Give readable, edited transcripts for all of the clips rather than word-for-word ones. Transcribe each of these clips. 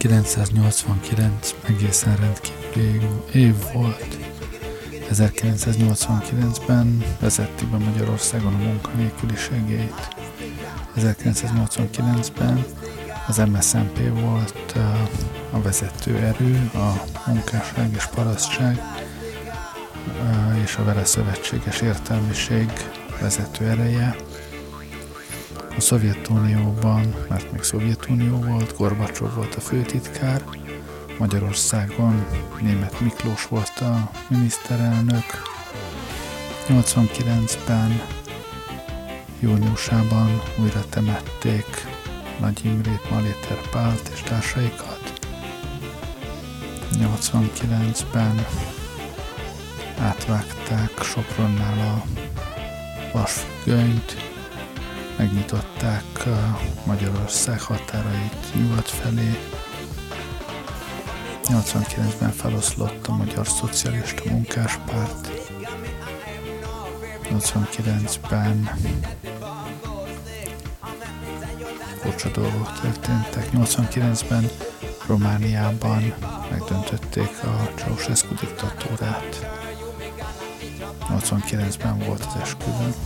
1989 egészen rendkívüli év volt. 1989-ben vezette be Magyarországon a munkanélküli segélyt. 1989-ben az MSZNP volt a vezető erő, a munkásság és parasztság és a vele szövetséges értelmiség vezető ereje. A Szovjetunióban, mert még Szovjetunió volt, Gorbacsov volt a főtitkár, Magyarországon Németh Miklós volt a miniszterelnök. 89-ben júniusában újra temették Nagy Imrét, Maléter Pált és társaikat. 89-ben átvágták Sopronnál a vasfüggönyt, megnyitották Magyarország határait nyugat felé. 89-ben feloszlott a Magyar Szocialista Munkáspárt. 89-ben furcsa dolgok történtek. 89-ben Romániában megdöntötték a Ceausescu diktatúrát. 89-ben volt az esküvő.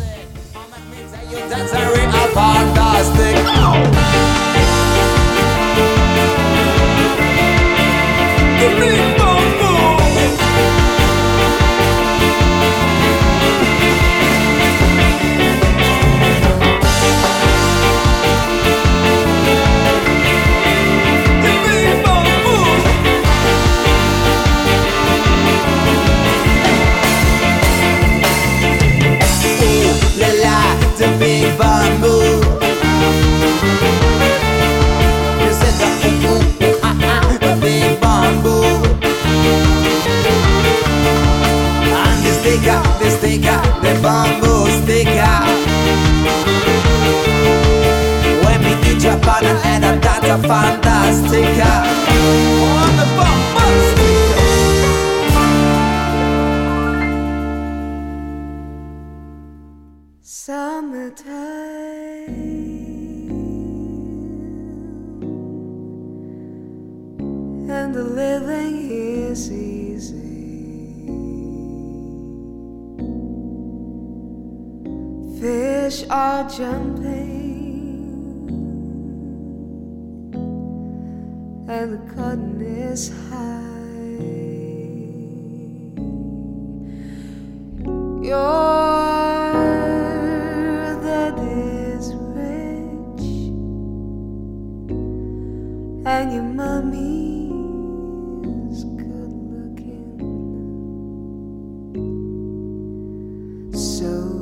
The bongo sticker. When we eat Japan and a data fantastica. On the bongo sticker. Summertime and the living is easy. Fish are jumping and the cotton is high. Your dad is rich and your mommy's good looking. So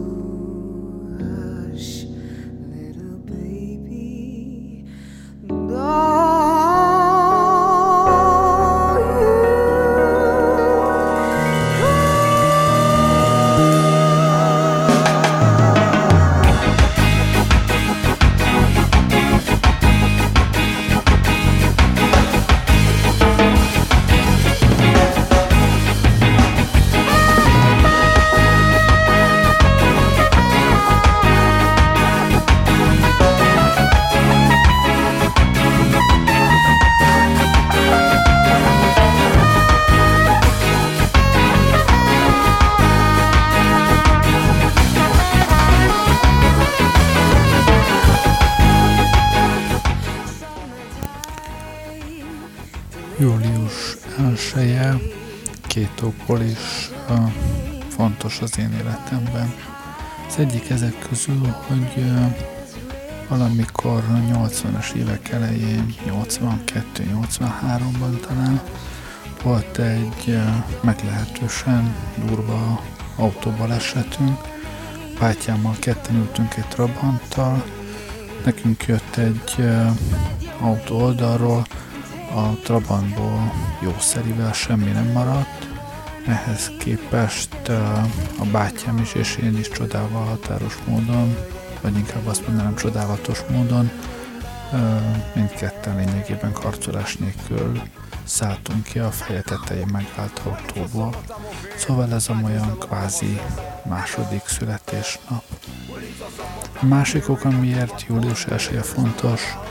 Július 1-e két okból is fontos az én életemben. Az egyik ezek közül, hogy valamikor a 80-as évek elején, 82-83-ban talán volt egy meglehetősen durva autóbalesetünk. Bátyámmal ketten ültünk egy Trabanttal, nekünk jött egy autó oldalról, a Trabantból jószerivel semmi nem maradt, ehhez képest a bátyám is és én is csodával határos módon, vagy inkább azt mondanám csodálatos módon, mindketten lényegében karcolás nélkül szálltunk ki a feje tetején megállt autóból. Szóval ez olyan kvázi második születésnap. A másik ok, miért július 1-e fontos,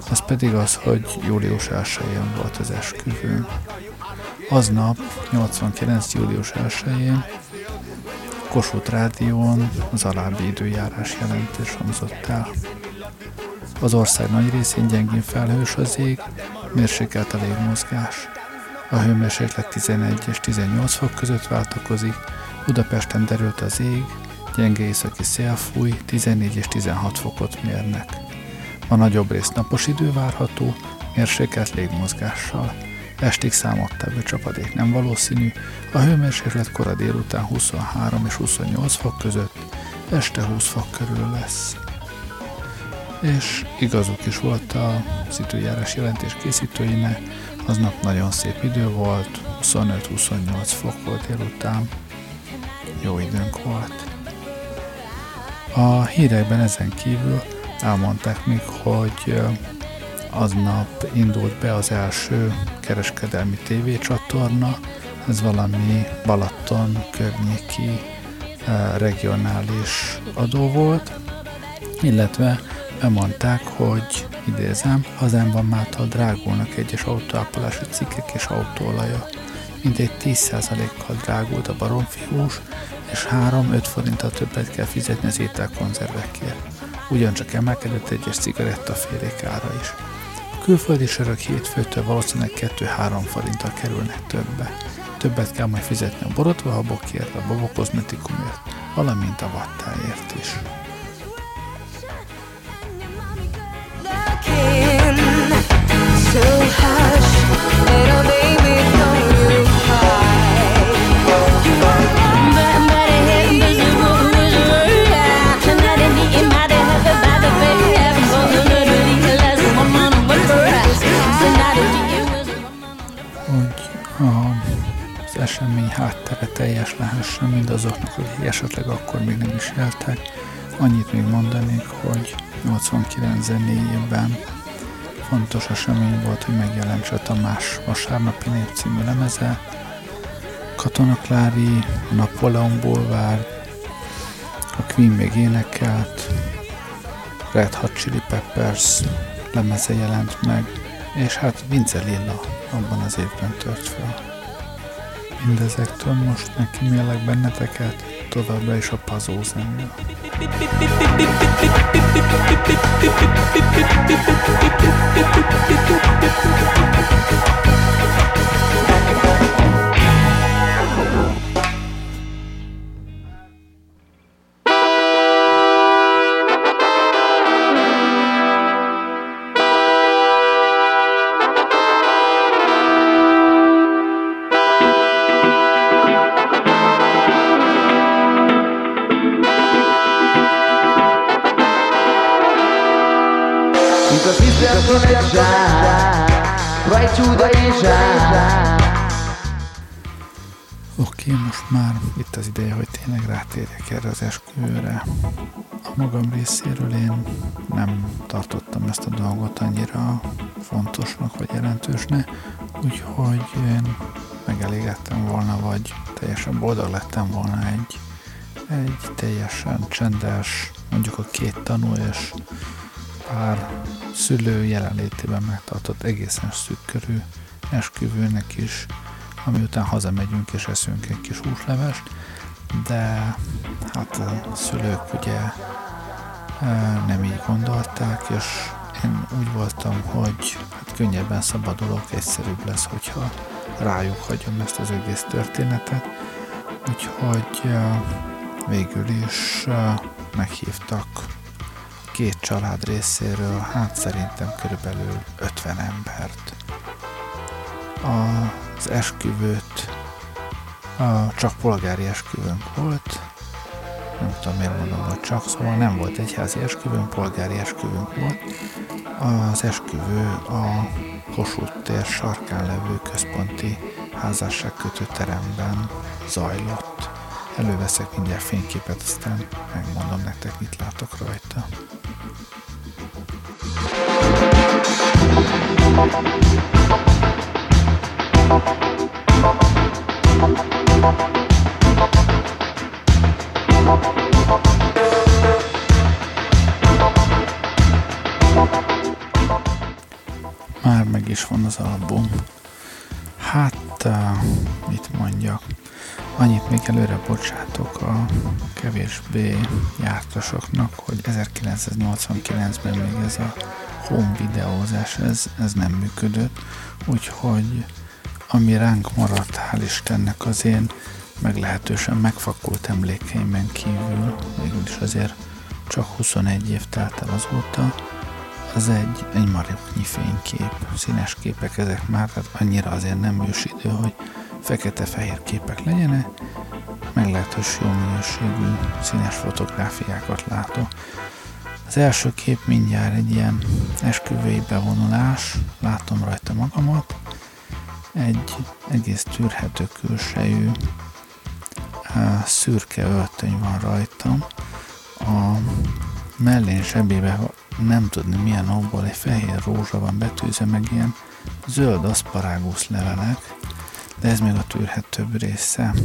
Az pedig az, hogy július 1-én volt az esküvő. Aznap, 89. július 1-én Kossuth Rádión az alábbi időjárás jelentés hangzott el. Az ország nagy részén gyengén felhős az ég, mérsékelt a légmozgás. A hőmérséklet 11 és 18 fok között váltakozik, Budapesten derült az ég, gyenge északi szél fúj, 14 és 16 fokot mérnek. A nagyobb rész napos idő várható, mérsékelt légmozgással. Estig számottevő csapadék nem valószínű, a hőmérséklet kora délután 23 és 28 fok között, este 20 fok körül lesz. És igazuk is volt az időjárás jelentés készítőinek, aznap nagyon szép idő volt, 25-28 fok volt délután, jó időnk volt. A hírekben ezen kívül elmondták még, hogy aznap indult be az első kereskedelmi tévécsatorna, ez valami Balaton környéki regionális adó volt, illetve bemondták, hogy idézem, hazámban mától drágulnak egyes autóápolási cikkek és autóolaja. Mintegy 10%-kal drágult a baromfihús, és 3-5 forinttal többet kell fizetni az ételkonzervekért. Ugyancsak emelkedett egyes cigarettafélék ára is. A külföldi sörök hétfőtől valószínűleg 2-3 forinttal kerülnek többe. Többet kell majd fizetni a borotvahabokért, a babakozmetikumért, valamint a vattáért is. So hush, little baby, don't you cry. Hogy az esemény háttere teljes lehessen mindazoknak, akik esetleg akkor még nem is éltek, annyit még mondanék, hogy 89 zenéjében fontos esemény volt, hogy megjelent Cseh Tamás Vasárnapi nép című lemeze, Katona Klári, a Napóleon Boulevard, a Queen még énekelt, Red Hot Chili Peppers lemeze jelent meg, és hát Vince Lilla abban az évben tört fel. Mindezektől most megkímélek benneteket, továbbra is a Pazó zenél. Oké, most már itt az ideje, hogy tényleg rátérjek erre az esküvőre. A magam részéről én nem tartottam ezt a dolgot annyira fontosnak vagy jelentősnek, úgyhogy én megelégedtem volna, vagy teljesen boldog lettem volna egy teljesen csendes, mondjuk a 2 tanú és pár szülő jelenlétében megtartott egészen szűkkörű esküvőnek is, ami után hazamegyünk és eszünk egy kis húslevest, de hát a szülők ugye nem így gondolták, és én úgy voltam, hogy hát könnyebben szabadulok, egyszerűbb lesz, hogyha rájuk hagyom ezt az egész történetet, úgyhogy végül is meghívtak 2 család részéről, hát szerintem körülbelül 50 embert. Az esküvőt csak polgári esküvőnk volt, nem tudom miért mondom, hogy csak, szóval nem volt egyházi esküvőnk, polgári esküvőnk volt. Az esküvő a Kossuth tér sarkán levő központi házasságkötő teremben zajlott. Előveszek mindjárt fényképet, aztán megmondom nektek, mit látok rajta. is van az album. Hát, mit mondjak? Annyit még előre bocsátok a kevésbé jártasoknak, hogy 1989-ben még ez a home videózás, ez nem működött, úgyhogy ami ránk maradt, hál' Istennek az én meglehetősen megfakult emlékeimben kívül, végülis azért csak 21 év telt el azóta, az egy maroknyi fénykép, színes képek ezek már, tehát annyira azért nem ős idő, hogy fekete-fehér képek legyenek, meglehetős jó minőségű színes fotográfiákat látok. Az első kép mindjárt egy ilyen esküvői bevonulás, látom rajta magamat, egy egész tűrhető külsejű szürke öltöny van rajtam, a mellén zsebébe nem tudni milyen okból egy fehér rózsa van betűzve, meg ilyen zöld aszparágusz levelek, de ez még a tűrhetőbb része.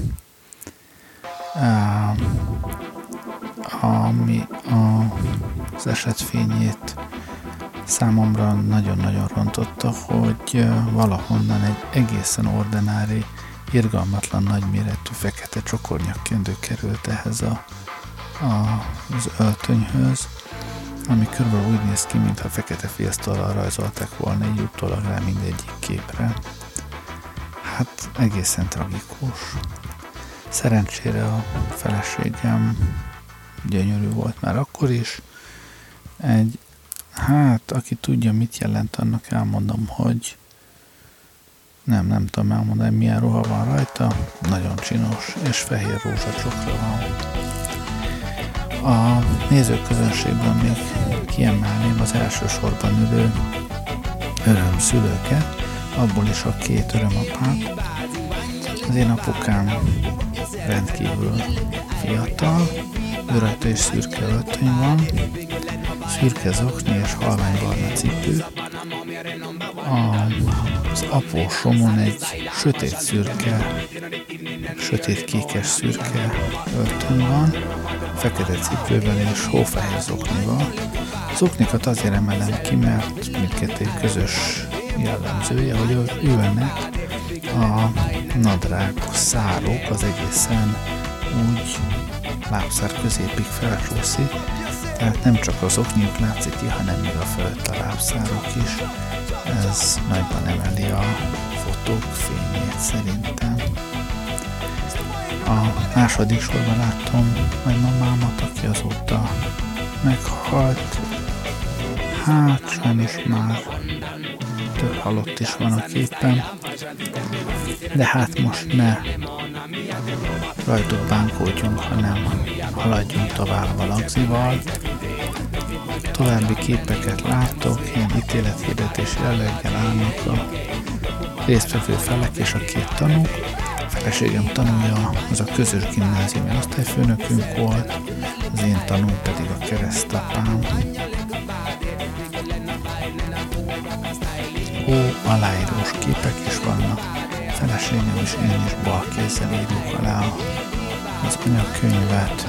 Ami az esetfényét számomra nagyon-nagyon rontotta, hogy valahonnan egy egészen ordinári, irgalmatlan nagyméretű fekete csokornyakkendő került ehhez az öltönyhöz, ami körülbelül úgy néz ki, mintha fekete filctollal rajzolták volna így utólag rá mindegyik képre. Hát egészen tragikus. Szerencsére a feleségem gyönyörű volt már akkor is. Aki tudja, mit jelent, annak elmondom, hogy nem tudom elmondani, milyen ruha van rajta, nagyon csinos, és fehér rózsacsokra van. A nézőközönségben még kiemelném az elsősorban ülő örömszülőket, abból is a két örömapát. Az én apukám rendkívül fiatal, ő rajta is szürke öltöny van, szürke zokni és halványbarna cipő. Az apósomon egy sötét-kékes szürke öltöny van, fekete cipővel és hófehér zoknival. Az oknikat azért emelem ki, mert mindkettő közös jellemzője, hogy ülnek a nadrágos szárok, az egészen úgy lábszár középig felcsúszik, tehát nem csak az okniuk látszik ki, hanem még a fölött a lábszárok is. Ez nagyban emeli a fotók fényét szerintem. A második sorban láttam nagymamámat, aki azóta meghalt. Hát sajnos már több halott is van a képen, de hát most ne rajtuk bánkódjunk, hanem haladjunk tovább a lagzival. További képeket látok, ilyen ítélethirdetési jelleggel állnak a résztvevő felek és a két tanú. A feleségem tanulja, az a közös gimnáziumi osztályfőnökünk volt, az én tanúm pedig a keresztapám. Aláírós képek is vannak, a feleségem és én is bal kézzel írjuk alá az anyakönyvet,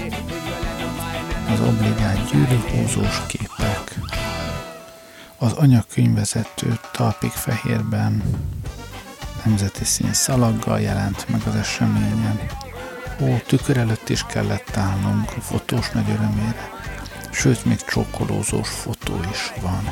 az obligát gyűrűhúzós képek. Az anyakönyvvezető talpig fehérben nemzeti szín szalaggal jelent meg az eseményen. Tükör előtt is kellett állnunk a fotós nagy örömére, sőt még csókolózós fotó is van.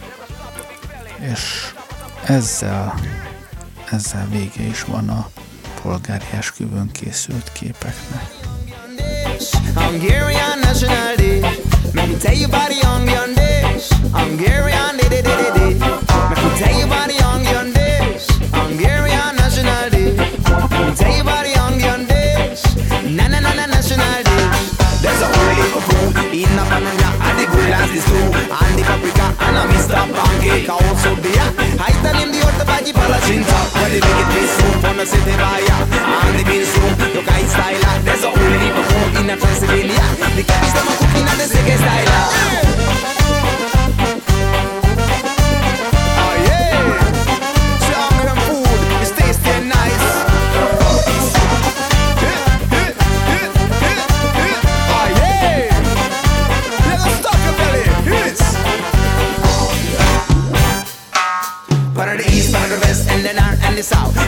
És ezzel vége is van a polgári esküvőn készült képeknek. Hungarian National Day. Make me tell you about the Hungarian days. Hungarian Day, day, day, day, day. Make me tell you about the Hungarian days. Hungarian National Day. Make me tell you about the Hungarian days. Na na na na National Days. There's a whole heap of food in the banana and the goulash is too, and the paprika and a Mr. Pancake also there. I tell him the other body palacinta, where the big fish soup on the city fire, and the bean soup, the guy style. There's a whole heap of food in Transylvania. The guys them a cooking at the second style. Oh yeah, show me them food, it's tasty and nice. But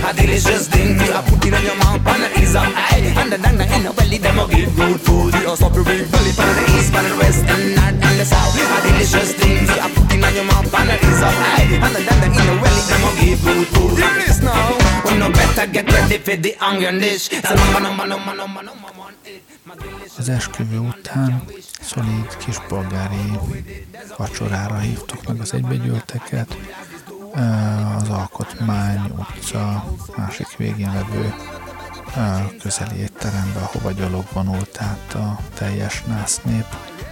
a delicious things. I put it on your mouth and the ease of eye. And the dang in the belly, them a give good food. You stop your big belly from the east, from the west, and north and the south. A delicious things. I put it on your mouth and the ease of eye. And the dang in the belly, them a give good food. Hear this now. We no better get ready for the onion dish. So number. Az esküvő után szolid kispolgári vacsorára hívtuk meg az egybegyűlteket az Alkotmány utca másik végén levő közeli étterembe, ahova gyalog vonult át a teljes násznép.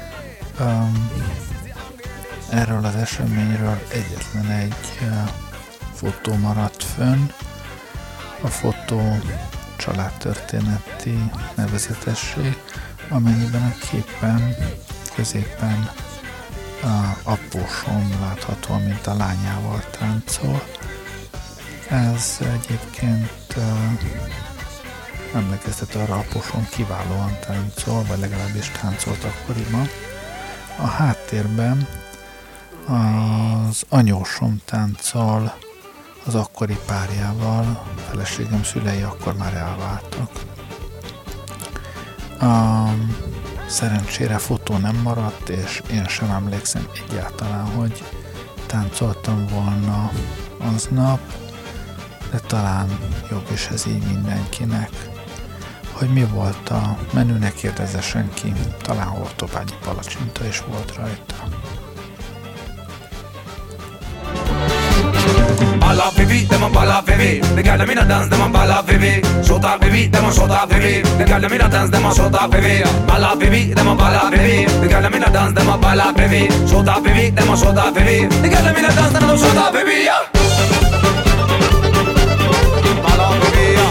Erről az eseményről egyetlen egy fotó maradt fönn. A fotó családtörténeti nevezetesség, amennyiben a képen középen apósom látható, mint a lányával táncol. Ez egyébként emlékeztet arra, apósom kiválóan táncol, vagy legalábbis táncolt akkoriban. A háttérben az anyósom táncol az akkori párjával, feleségem szülei akkor már elváltak. Szerencsére fotó nem maradt, és én sem emlékszem egyáltalán, hogy táncoltam volna aznap, de talán jobb is ez így mindenkinek. Hogy mi volt a menü, ne kérdezze senki, talán hortobágyi palacsinta is volt rajta. Balla baby, them a balla baby. The girl them in a dance, them a balla baby. Shut up baby, them a shut up baby. The girl them in a dance, them a shut up baby. Balla baby, them a balla baby. The girl them in a dance, them a balla baby. Shut up baby, them a shut up baby. The girl them in a dance, them a shut up baby. Balla baby, yeah.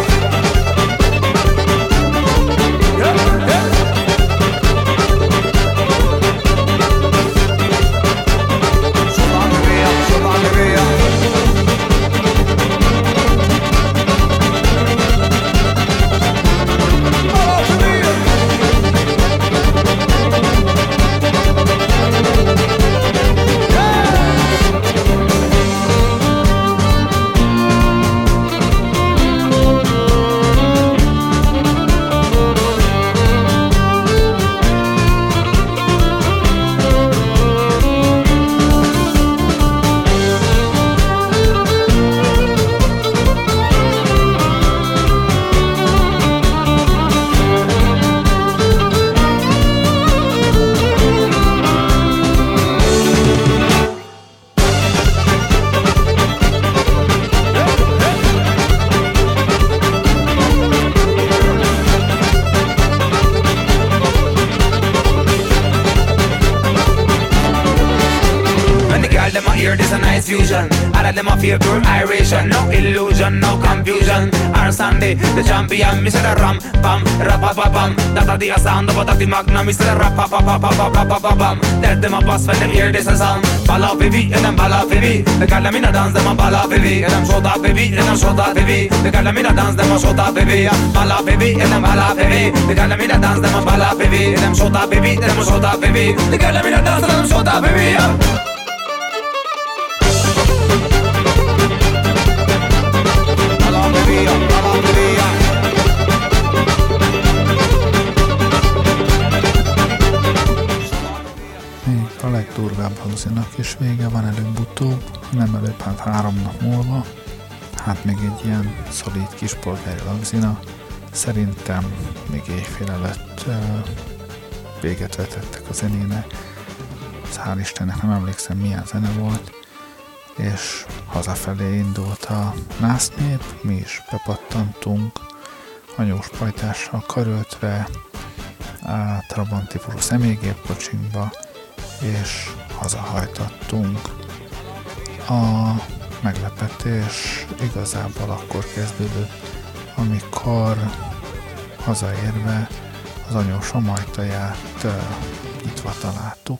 Fusion, all of them a feel pure iration. No illusion, no confusion. Our Sunday, the champion, Mr. Ram, pam, rapapapam. That a the sound of the magnum, Mr. Rapapapapapapapam. Let them a bust when them hear this song. Balla baby, and them balla baby. The girl them in a dance, them a balla baby. And them shut up baby, and them shut up baby. The girl them in a dance, them a shut up baby. Balla baby, and them balla baby. The girl them in a dance, them a balla baby. And them shut up baby, and them shut up baby. The girl them in a dance, and them shut up baby. Még a legdurvább hangzinak is vége van előbb-utóbb, nem előbb, hát 3 nap múlva. Hát még egy ilyen szolid kispolgári hangzina. Szerintem még éjfél előtt véget vetettek a zenének. Hál' Istennek nem emlékszem, milyen zene volt. És hazafelé indult a násznép, mi is bepattantunk, anyós pajtással karöltve a Trabant típusú személygépkocsinkba, és hazahajtattunk. A meglepetés igazából akkor kezdődött, amikor hazaérve az anyósom ajtaját nyitva találtuk.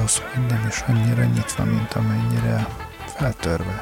ahhoz, hogy nem is annyira nyitva, mint amennyire feltörve.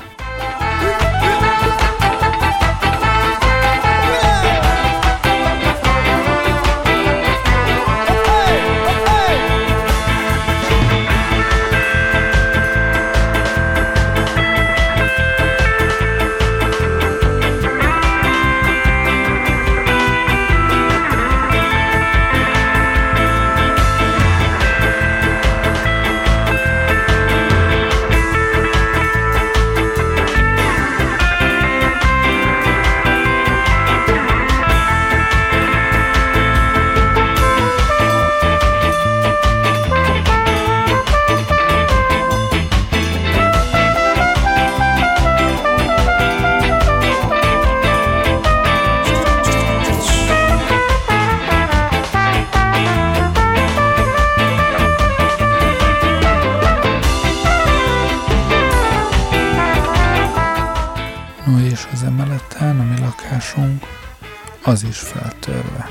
Az is feltörve.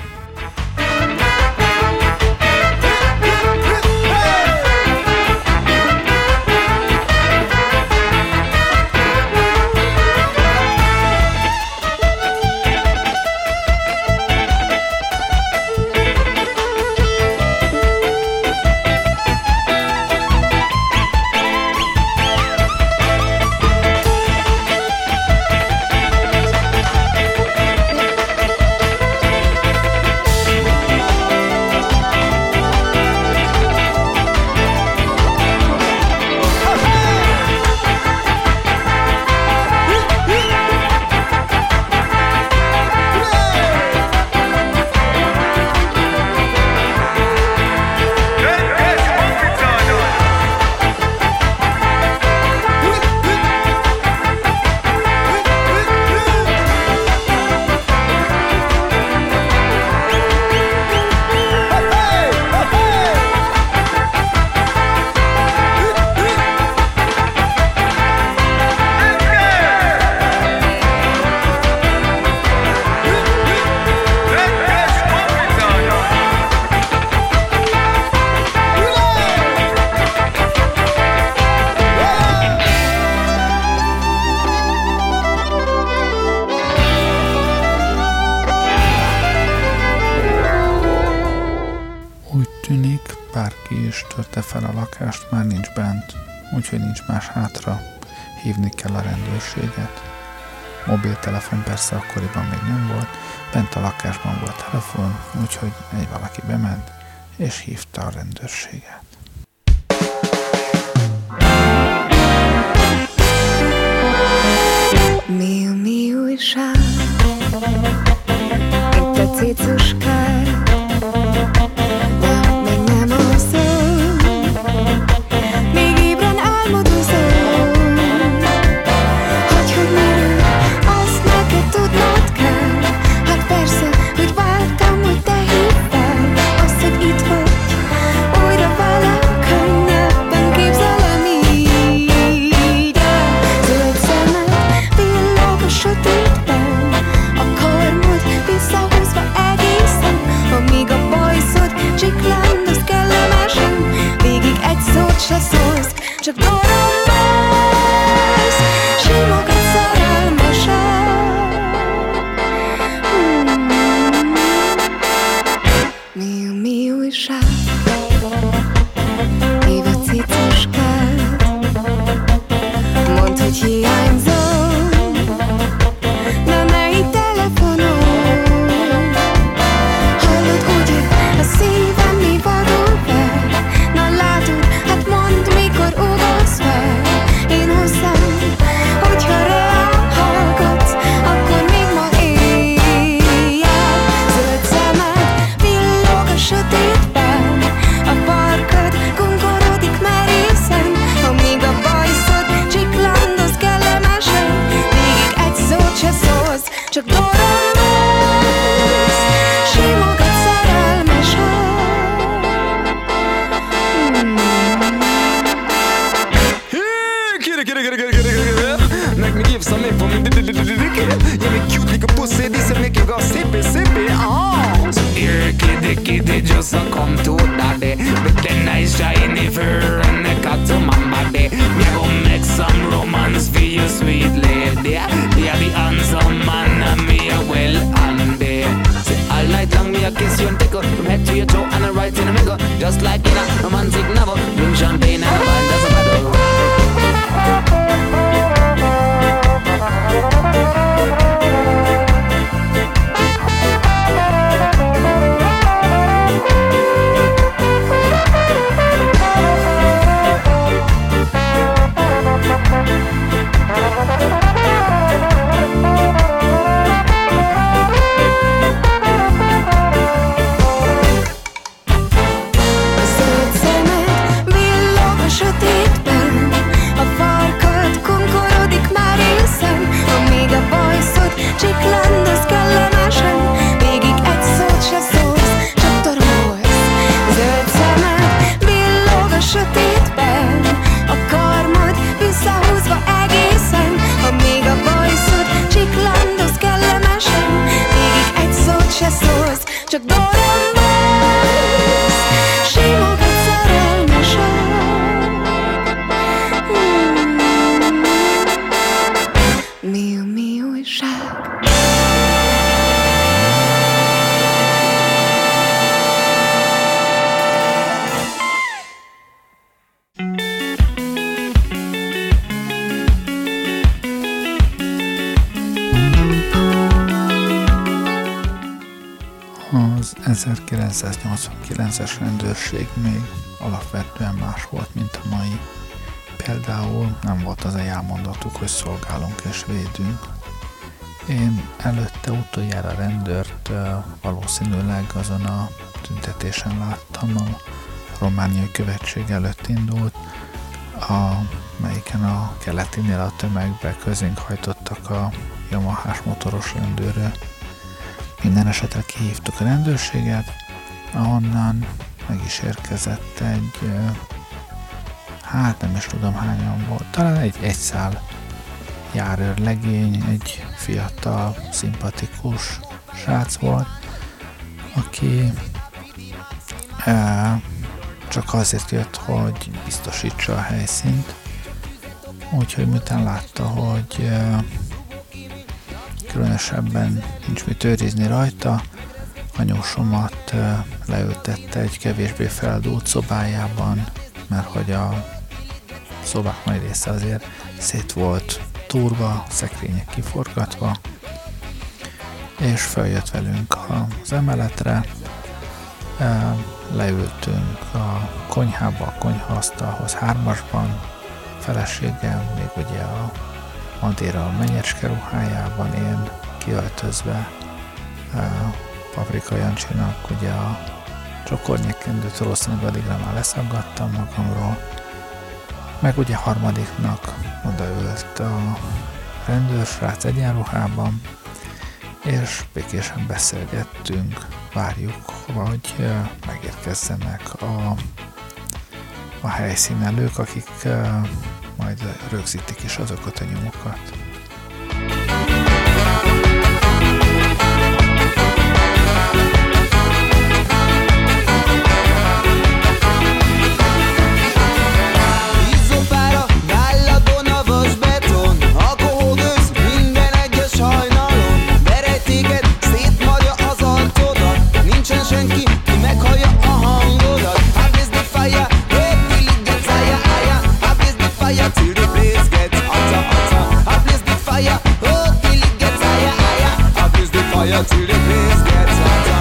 Bárki is törte fel a lakást, már nincs bent, úgyhogy nincs más hátra, hívni kell a rendőrséget. Mobiltelefon persze akkoriban még nem volt, bent a lakásban volt telefon, úgyhogy egy valaki bement, és hívta a rendőrséget. Mi újság? Itt a cicuskát, de még nem alszom, még ébren álmodozom. Hogy miről, azt neked tudnod kell. Hát persze, hogy vártam, hogy te hívd fel. Azt, hogy itt vagy, újra velem könnyebben képzelem így. Zöld szemed villog a sötétben, a karmod visszahúzva egészen, amíg a bajszod csiklandoz kellemesen. Végig egy szót se szólsz, csak dorombálsz, simogatsz szerelmesen. Mi újság? Hív a cicuskát, mondd, hogy hiányzom, de ne így telefonon. Hallod, ugye, a szívem mi vadul fel? Na látod, hát mondd, mikor ugolsz fel. 1989-es rendőrség még alapvetően más volt, mint a mai. Például nem volt az a jelmondatuk, hogy szolgálunk és védünk. Én előtte utoljára rendőrt valószínűleg azon a tüntetésen láttam, a romániai követség előtt indult, melyiken a keletinél a tömegbe közénk hajtottak a Yamahás motoros rendőrök. Minden esetre kihívtuk a rendőrséget, ahonnan meg is érkezett egy, hát nem is tudom hányan volt, talán egy szál járőrlegény, egy fiatal, szimpatikus srác volt, aki csak azért jött, hogy biztosítsa a helyszínt, úgyhogy miután látta, hogy különösebben nincs mit őrizni rajta, anyósomat leültette egy kevésbé feldúlt szobájában, mert hogy a szobák nagy része azért szét volt túrva, szekrények kiforgatva, és feljött velünk az emeletre, leültünk a konyhába, a konyhaasztalhoz 3-asban, feleségem még ugye a Madeira menyecske ruhájában, én kiöltözve Paprika Jancsinak ugye a csokornyékkendőt, valószínűleg addigra már leszaggattam magamról, meg ugye harmadiknak odaült a rendőrsrác egyenruhában, és békésen beszélgettünk, várjuk, hogy megérkezzenek a helyszínelők, akik majd rögzítik is azokat a nyomokat. Till the place gets hotter.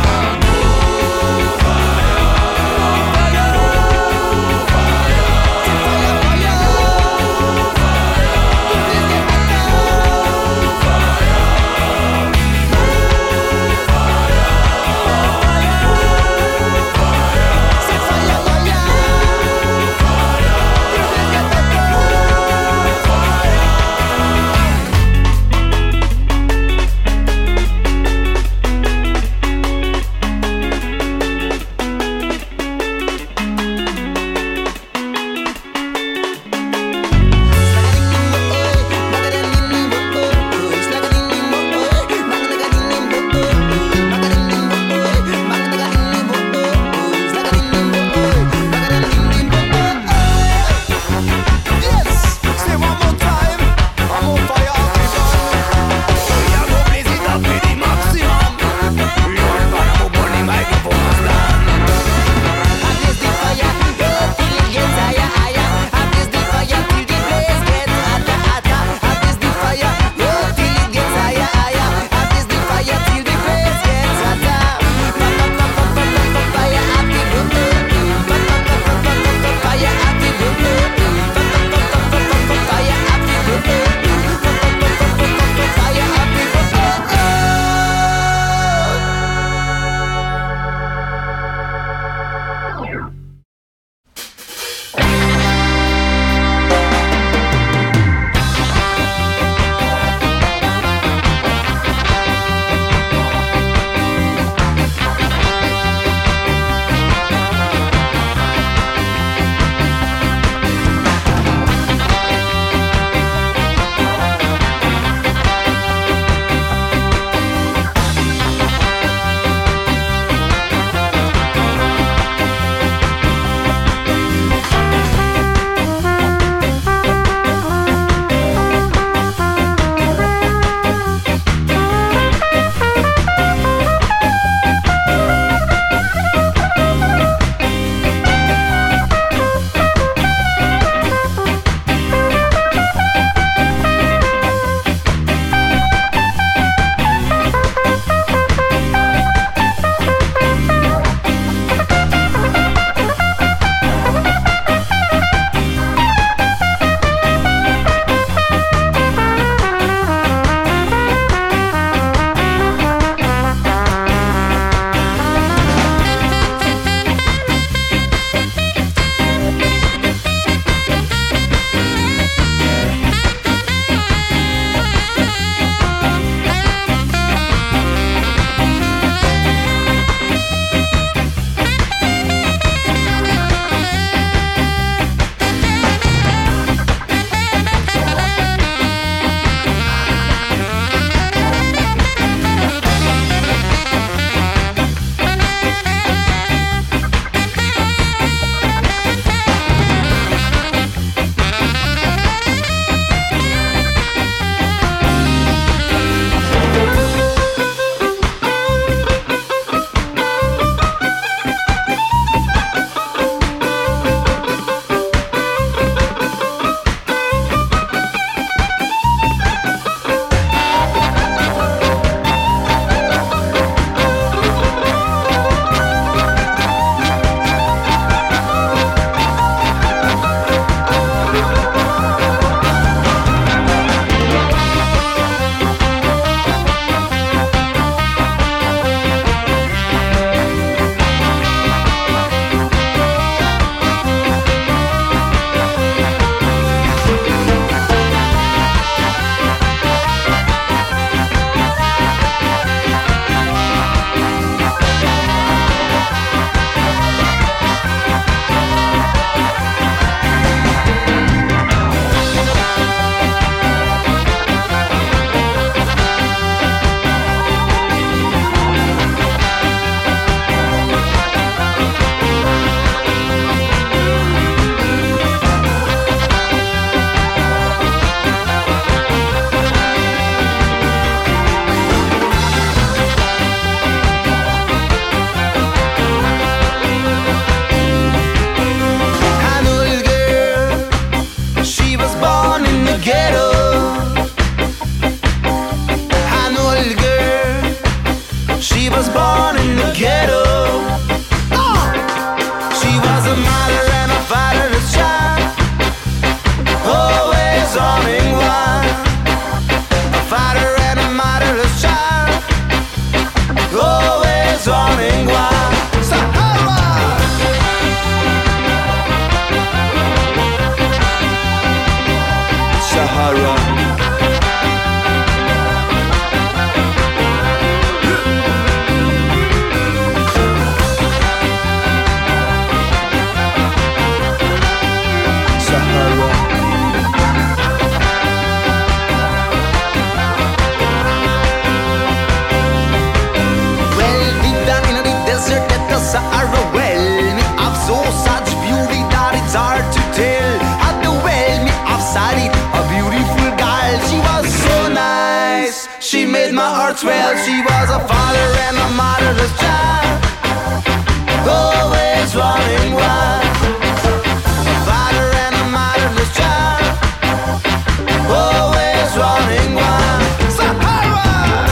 beside it, a beautiful girl. She was so nice, she made my heart swell. She was a father and a motherless child, always running wild. A father and a motherless child, always running wild. Sahara!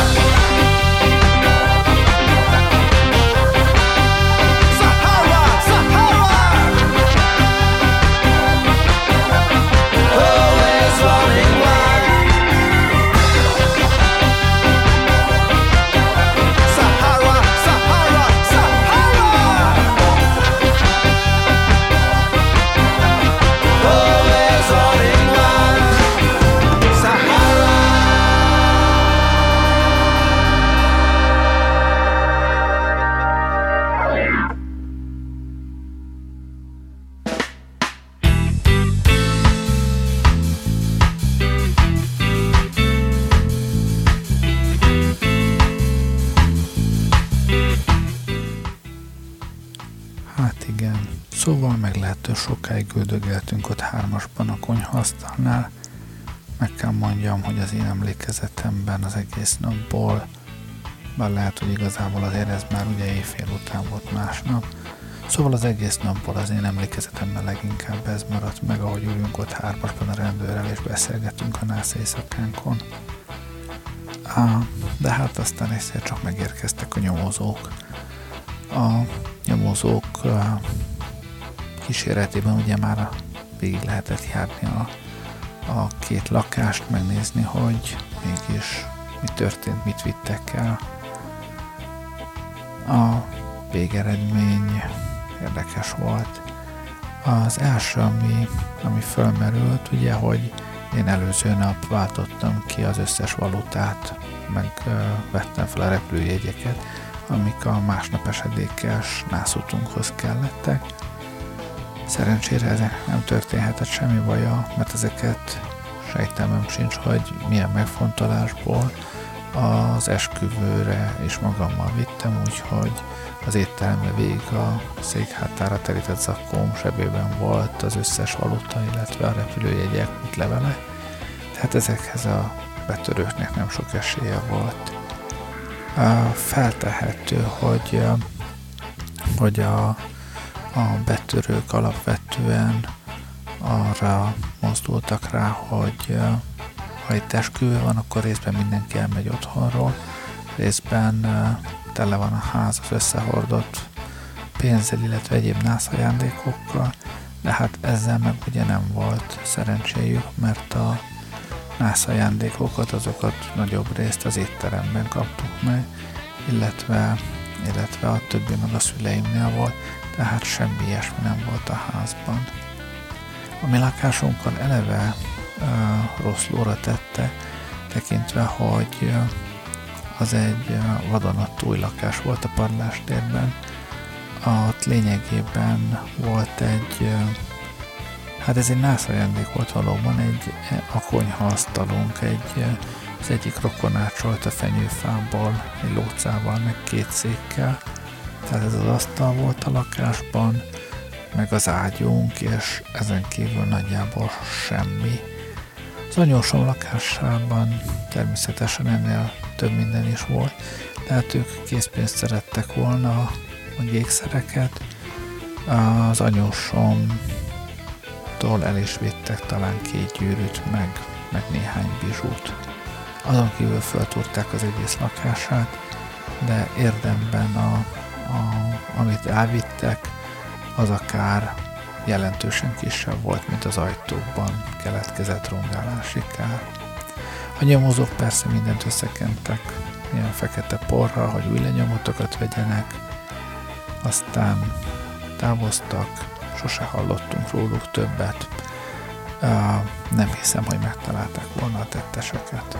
Sahara! Sahara! Always running wild. Sahara! Sahara! Sahara! Always running wild. Sahara! Hát igen, szóval meglehető sokáig üldögéltünk ott hármasban a konyhaasztalnál. Meg kell mondjam, hogy az én emlékezetemben az egész napból, bár lehet, hogy igazából azért ez már ugye éjfél után volt másnap, szóval az egész napból az én emlékezetemben leginkább ez maradt meg, ahogy ülünk ott hármasban a rendőrrel és beszélgetünk a nász éjszakánkon. De hát aztán egyszer csak megérkeztek a nyomozók. A nyomozók kíséretében ugye már végig lehetett járni a két lakást, megnézni, hogy mégis mi történt, mit vittek el. A végeredmény érdekes volt. Az első, ami fölmerült, ugye, hogy én előző nap váltottam ki az összes valutát, meg vettem fel a repülőjegyeket, amik a másnap esedékes nászutunkhoz kellettek. Szerencsére ezek nem történhetett semmi baja, mert ezeket sejtelmem sincs, hogy milyen megfontolásból az esküvőre is magammal vittem, úgyhogy az étterembe végig a székhátára terített zakóm zsebében volt az összes valuta, illetve a repülőjegyek, útlevelek. Tehát ezekhez a betörőknek nem sok esélye volt. Feltehető, hogy a betörők alapvetően arra mozdultak rá, hogy ha itt esküvő van, akkor részben mindenki elmegy otthonról, részben tele van a ház az összehordott pénzzel, illetve egyéb nászajándékokkal, de hát ezzel meg ugye nem volt szerencséjük, mert a nászajándékokat, azokat nagyobb részt az étteremben kaptuk meg, illetve a többi meg a szüleimnél volt, tehát semmi ilyesmi nem volt a házban. A mi lakásunkkal eleve rossz lóra tette, tekintve, hogy az egy vadonatúj lakás volt a Padlástérben. Ott lényegében volt ez egy nászajándék volt valóban, a konyhaasztalunk, az egyik rokonácsolt a fenyőfából, egy lócával, meg 2 székkel. Tehát ez az asztal volt a lakásban, meg az ágyunk, és ezen kívül nagyjából semmi. Az anyósom lakásában természetesen ennél több minden is volt, tehát ők készpénzt szerettek volna, a ékszereket. Az anyósomtól el is vittek talán 2 gyűrűt, meg néhány bizsút. Azon kívül föltúrták az egész lakását, de érdemben amit elvittek, az akár jelentősen kisebb volt, mint az ajtókban keletkezett rongálási kár. A nyomozók persze mindent összekentek, ilyen fekete porral, hogy új lenyomotokat vegyenek, aztán távoztak, sose hallottunk róluk többet. Nem hiszem, hogy megtalálták volna a tetteseket.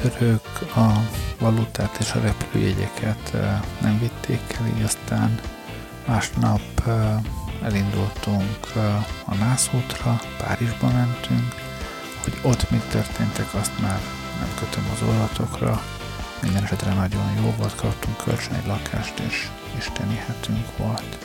rendőrök a valutát és a repülőjegyeket nem vitték el, így aztán másnap elindultunk a nászútra, Párizsba mentünk, hogy ott mit történtek, azt már nem kötöm az orratokra. Minden esetre nagyon jó volt, kaptunk kölcsön egy lakást, és isteni hetünk volt.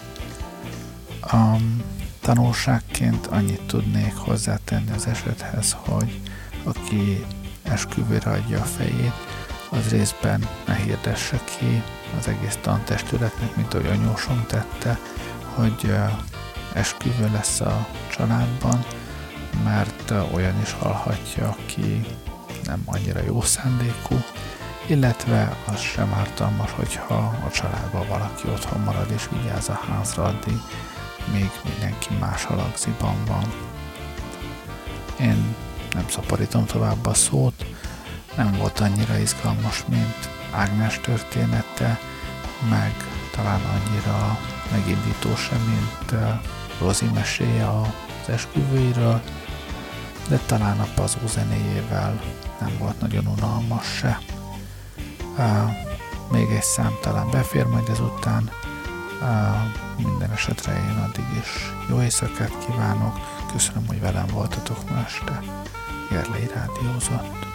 Tanulságként annyit tudnék hozzátenni az esethez, hogy aki esküvőre adja a fejét, az részben ne hirdesse ki az egész tantestületnek, mint ahogy anyósom tette, hogy esküvő lesz a családban, mert olyan is hallhatja, aki nem annyira jó szándékú, illetve az sem ártalmas, hogyha a családban valaki otthon marad és vigyáz a házra addig, még mindenki más halagziban van. Én nem szaporítom tovább a szót, nem volt annyira izgalmas, mint Ágnes története, meg talán annyira megindító sem, mint Rozi meséje az esküvőiről, de talán a pazó zenéjével nem volt nagyon unalmas se. Még egy szám talán befér majd ezután. Minden esetre én addig is jó éjszakát kívánok. Köszönöm, hogy velem voltatok ma este. Gerlei rádiózott.